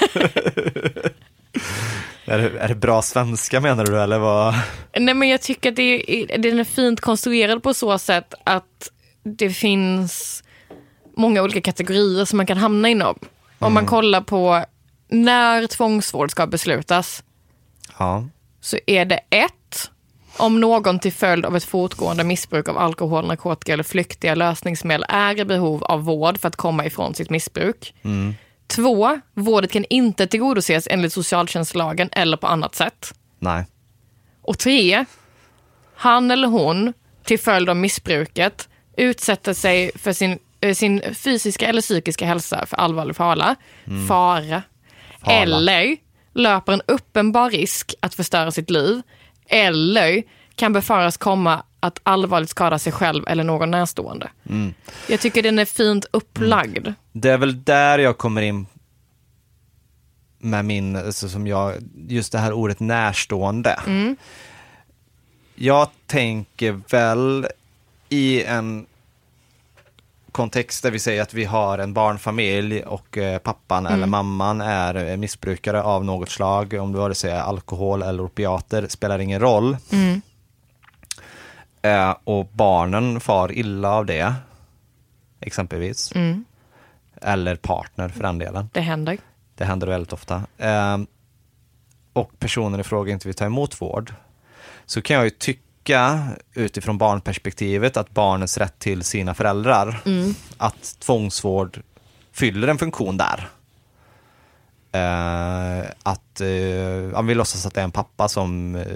är, det, är det bra svenska menar du eller vad? Nej, men jag tycker att det är, den är fint konstruerad på så sätt att det finns många olika kategorier som man kan hamna inom. Mm. Om man kollar på när tvångsvård ska beslutas, ja. så är det ett, om någon till följd av ett fortgående missbruk av alkohol, narkotika eller flyktiga lösningsmedel är i behov av vård för att komma ifrån sitt missbruk. Mm. Två, vårdet kan inte tillgodoses enligt socialtjänstlagen eller på annat sätt. Nej. Och tre, han eller hon till följd av missbruket utsätter sig för sin, sin fysiska eller psykiska hälsa för allvarlig fara, mm. fara, fara eller löper en uppenbar risk att förstöra sitt liv eller kan befaras komma att allvarligt skada sig själv eller någon närstående. Mm. Jag tycker den är fint upplagd. Mm. Det är väl där jag kommer in med min, alltså som jag, just det här ordet närstående. Mm. Jag tänker väl i en kontext där vi säger att vi har en barnfamilj och eh, pappan mm. eller mamman är missbrukare av något slag, om du vare sig alkohol eller opiater, spelar ingen roll. Mm. Eh, och barnen far illa av det, exempelvis. Mm. Eller partner för den delen. Det händer. Det händer väldigt ofta. Eh, och personen i fråga inte vill ta emot vård. Så kan jag ju tycka utifrån barnperspektivet att barnens rätt till sina föräldrar, mm. att tvångsvård fyller en funktion där. Eh, att eh, vi låtsas att det är en pappa som eh,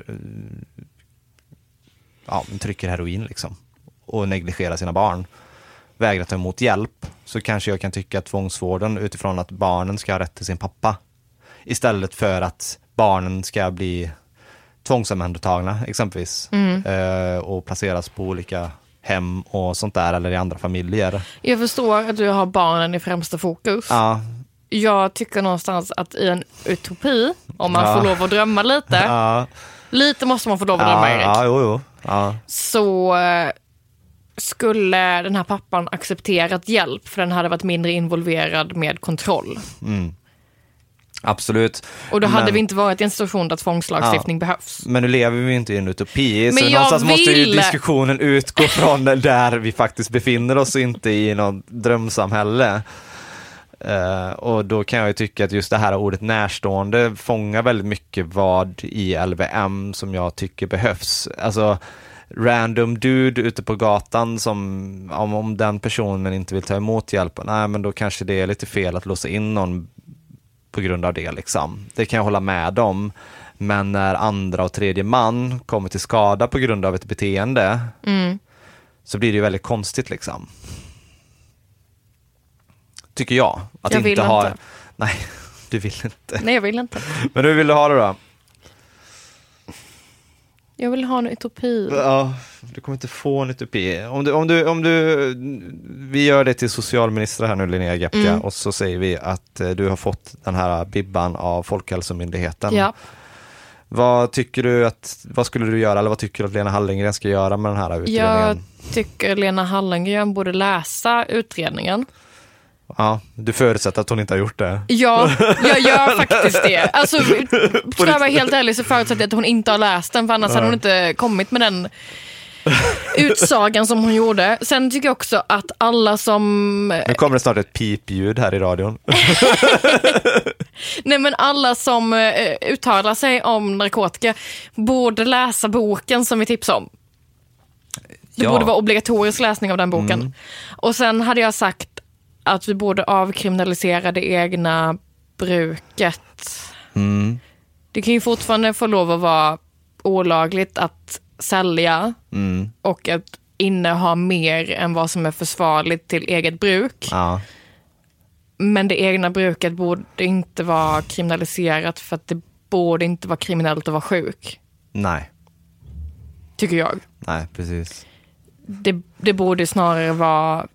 ja, trycker heroin liksom och negligerar sina barn, vägrar ta emot hjälp, så kanske jag kan tycka att tvångsvården utifrån att barnen ska ha rätt till sin pappa istället för att barnen ska bli tvångsomhändertagna exempelvis mm. eh, och placeras på olika hem och sånt där eller i andra familjer. Jag förstår att du har barnen i främsta fokus. Ja. Jag tycker någonstans att i en utopi, om man ja. får lov att drömma lite, ja. lite måste man få lov att drömma, ja, Erik. Ja, jo, jo. Ja. Så eh, skulle den här pappan accepterat hjälp för den hade varit mindre involverad med kontroll. Mm. Absolut. Och då hade men, vi inte varit i en situation där tvångslagstiftning ja, behövs. Men nu lever vi inte i en utopi. Men så någonstans vill... måste ju diskussionen utgå från där vi faktiskt befinner oss, inte i något drömsamhälle. Uh, och då kan jag ju tycka att just det här ordet närstående fångar väldigt mycket vad i L V M som jag tycker behövs. Alltså random dude ute på gatan som om, om den personen inte vill ta emot hjälp, nej men då kanske det är lite fel att låsa in någon på grund av det liksom. Det kan jag hålla med om. Men när andra och tredje man kommer till skada på grund av ett beteende mm. så blir det ju väldigt konstigt liksom. Tycker jag. Att jag vill inte ha... inte. Nej, du vill inte. Nej, jag vill inte. Men hur vill du ha det då? Jag vill ha en utopi. Ja, du kommer inte få en utopi. Om du, om du, om du, vi gör det till socialminister här nu, Linnea Gepka, mm. och så säger vi att du har fått den här bibban av Folkhälsomyndigheten. Ja. Vad tycker du att, vad skulle du göra eller vad tycker du att Lena Hallengren ska göra med den här utredningen? Jag tycker Lena Hallengren borde läsa utredningen. Ja, du förutsätter att hon inte har gjort det. Ja, jag gör faktiskt det. Alltså, för att vara helt ärlig så förutsätter jag att hon inte har läst den, för annars hade hon inte kommit med den utsagan som hon gjorde. Sen tycker jag också att alla som... Nu kommer det snart ett pipljud här i radion. Nej, men alla som uh, uttalar sig om narkotika borde läsa boken som vi tipsade om. Det Ja. borde vara obligatorisk läsning av den boken. Mm. Och sen hade jag sagt att vi borde avkriminalisera det egna bruket. Mm. Det kan ju fortfarande få lov att vara olagligt att sälja Mm. och att inneha mer än vad som är försvarligt till eget bruk. Ja. Men det egna bruket borde inte vara kriminaliserat, för att det borde inte vara kriminellt att vara sjuk. Nej. Tycker jag. Nej, precis. Det, det borde snarare vara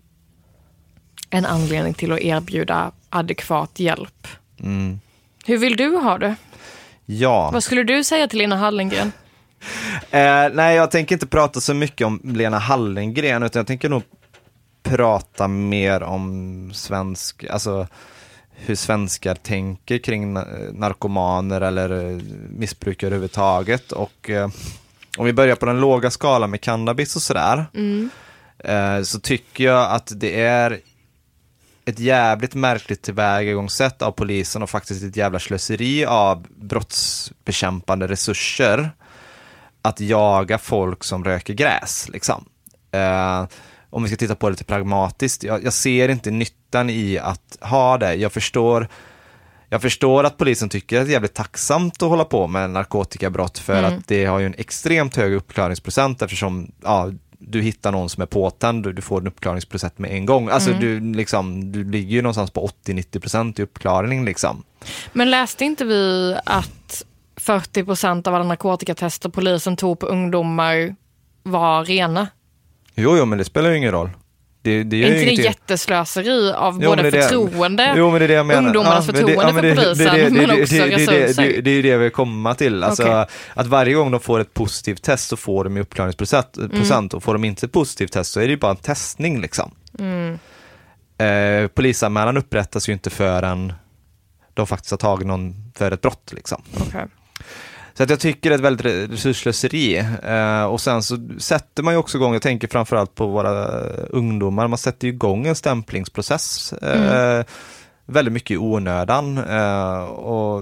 en anledning till att erbjuda adekvat hjälp. Mm. Hur vill du ha det? Ja. Vad skulle du säga till Lena Hallengren? Eh, nej, jag tänker inte prata så mycket om Lena Hallengren, utan jag tänker nog prata mer om svensk, alltså hur svenskar tänker kring narkomaner eller missbrukare överhuvudtaget. Och eh, om vi börjar på den låga skalan med cannabis och sådär, Mm. eh, så tycker jag att det är ett jävligt märkligt tillvägagångssätt av polisen och faktiskt ett jävla slöseri av brottsbekämpande resurser att jaga folk som röker gräs, liksom. Eh, om vi ska titta på det lite pragmatiskt, jag, jag ser inte nyttan i att ha det. Jag förstår, jag förstår att polisen tycker att det är jävligt tacksamt att hålla på med narkotikabrott, för Mm. att det har ju en extremt hög uppklaringsprocent, eftersom ja, du hittar någon som är påtänd och du får en uppklaringsprocent med en gång. Alltså Mm. du, liksom, du ligger ju någonstans på åttio till nittio procent i uppklaring, liksom. Men läste inte vi att fyrtio procent av alla narkotikatester polisen tog på ungdomar var rena? Jo, jo, men det spelar ju ingen roll. Det, det Är gör inte det ingenting. jätteslöseri av Jo, både men det är det- förtroende, Jo, men det är det jag menar. ungdomarnas men det- förtroende ja, men det- för polisen, det- det- men det- också det- det- det- resurser? Det det är ju det jag vill komma till. Alltså, Okej. att varje gång de får ett positivt test så får de ju uppklaringsprocent, procent, och får de inte ett positivt test så är det ju bara en testning, liksom. Mm. Eh, polisanmälan upprättas ju inte förrän de faktiskt har tagit någon för ett brott, liksom. Okay. Så att jag tycker det är ett väldigt resursslöseri. Eh, och sen så sätter man ju också igång, jag tänker framförallt på våra ungdomar, man sätter ju igång en stämplingsprocess eh, Mm. väldigt mycket i onödan. Eh, och,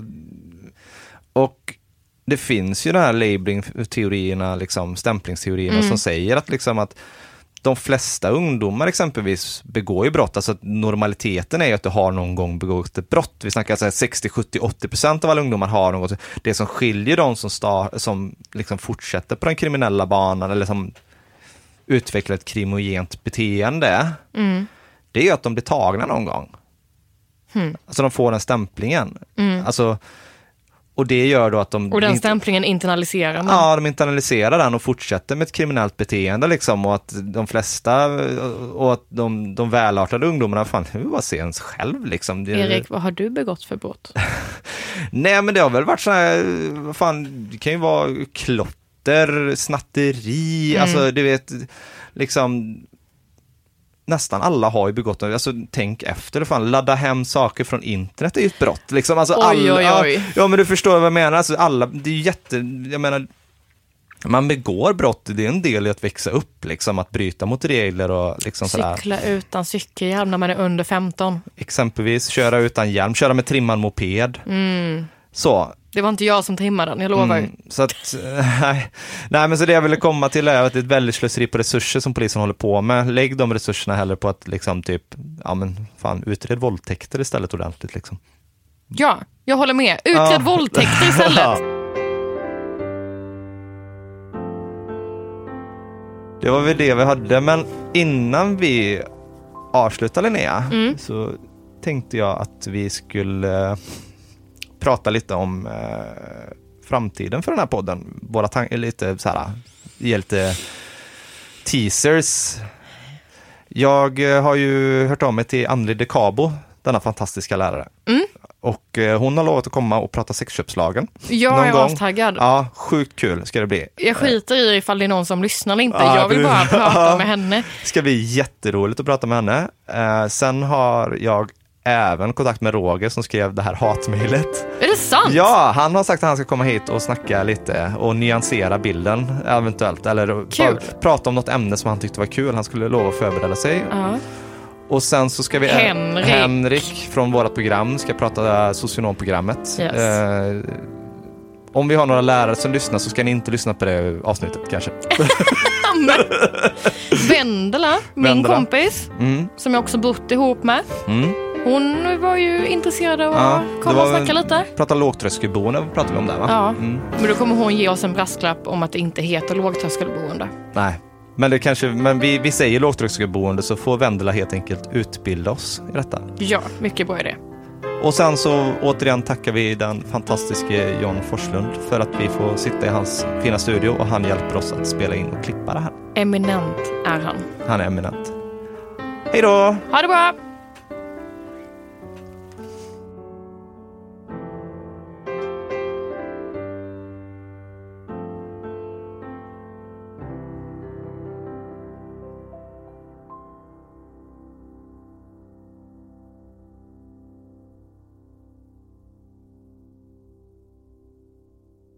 och det finns ju de här labeling-teorierna, liksom, stämplingsteorierna Mm. som säger att, liksom, att de flesta ungdomar exempelvis begår ju brott. Alltså att normaliteten är ju att du har någon gång begått ett brott. Vi snackar så här sextio, sjuttio, åttio procent av alla ungdomar har något. Det som skiljer de som, sta, som liksom fortsätter på den kriminella banan eller som utvecklar ett krimogent beteende, Mm. det är ju att de blir tagna någon gång. Mm. Alltså de får den stämplingen. Mm. Alltså, och det gör då att de... Och den inte- stämplingen internaliserar man. Ja, de internaliserar den och fortsätter med ett kriminellt beteende, liksom, och att de flesta och att de, de välartade ungdomarna, fan, hur var se ens själv, liksom. Det, Erik, vad har du begått för brott? Nej, men det har väl varit så här, vad fan, det kan ju vara klotter, snatteri, Mm. alltså du vet, liksom nästan alla har ju begått, alltså tänk efter, fan, ladda hem saker från internet är ju ett brott, liksom, alltså Oj, alla, oj, oj. Ja, ja, men du förstår vad jag menar, alltså alla, det är ju jätte, jag menar, man begår brott, det är en del i att växa upp, liksom, att bryta mot regler och liksom sådär. Cykla utan cykelhjälm när man är under femton. Exempelvis köra utan hjälm, köra med trimmad moped. Mm. Så. Det var inte jag som trimmade den, jag lovar. Mm, så att, nej. nej, men så det jag ville komma till är att det är ett väldigt slöseri på resurser som polisen håller på med. Lägg de resurserna hellre på att liksom typ, ja men fan, utred våldtäkter istället ordentligt, liksom. Ja, jag håller med. Utred Ja. våldtäkter istället. Det var väl det vi hade, men innan vi avslutar, Linnea, Mm. så tänkte jag att vi skulle eh, prata lite om eh, framtiden för den här podden. Våra tankar, lite så här, ge lite teasers. Jag eh, har ju hört av mig till Anneli de Cabo, denna fantastiska lärare. Mm. och eh, hon har lovat att komma och prata sexköpslagen. Jag är astaggad. Ja, sjukt kul ska det bli. Jag skiter i ifall det är någon som lyssnar eller inte. Ja, jag vill bara prata med henne. Det ska bli jätteroligt att prata med henne. Eh, sen har jag även kontakt med Roger som skrev det här hatmejlet. Är det sant? Ja, han har sagt att han ska komma hit och snacka lite och nyansera bilden eventuellt. Eller bara prata om något ämne som han tyckte var kul. Han skulle lova att förbereda sig. Uh-huh. Och sen så ska vi... Henrik. Henrik från vårt program ska prata socionomprogrammet. Yes. Eh, om vi har några lärare som lyssnar så ska ni inte lyssna på det avsnittet kanske. Vendela, min Vendela. kompis, mm. som jag också bott ihop med. Mm. Hon var ju intresserad av ja, att komma och snacka lite. Prata lågtröskelboende, pratade vi om det va? Ja, mm. men då kommer hon ge oss en brasklapp om att det inte heter lågtröskelboende. Nej, men, det kanske, men vi, vi säger lågtröskelboende så får Vendela helt enkelt utbilda oss i detta. Ja, mycket bra idé. Och sen så återigen tackar vi den fantastiska John Forslund för att vi får sitta i hans fina studio och han hjälper oss att spela in och klippa det här. Eminent är han. Han är eminent. Hej då! Ha det bra!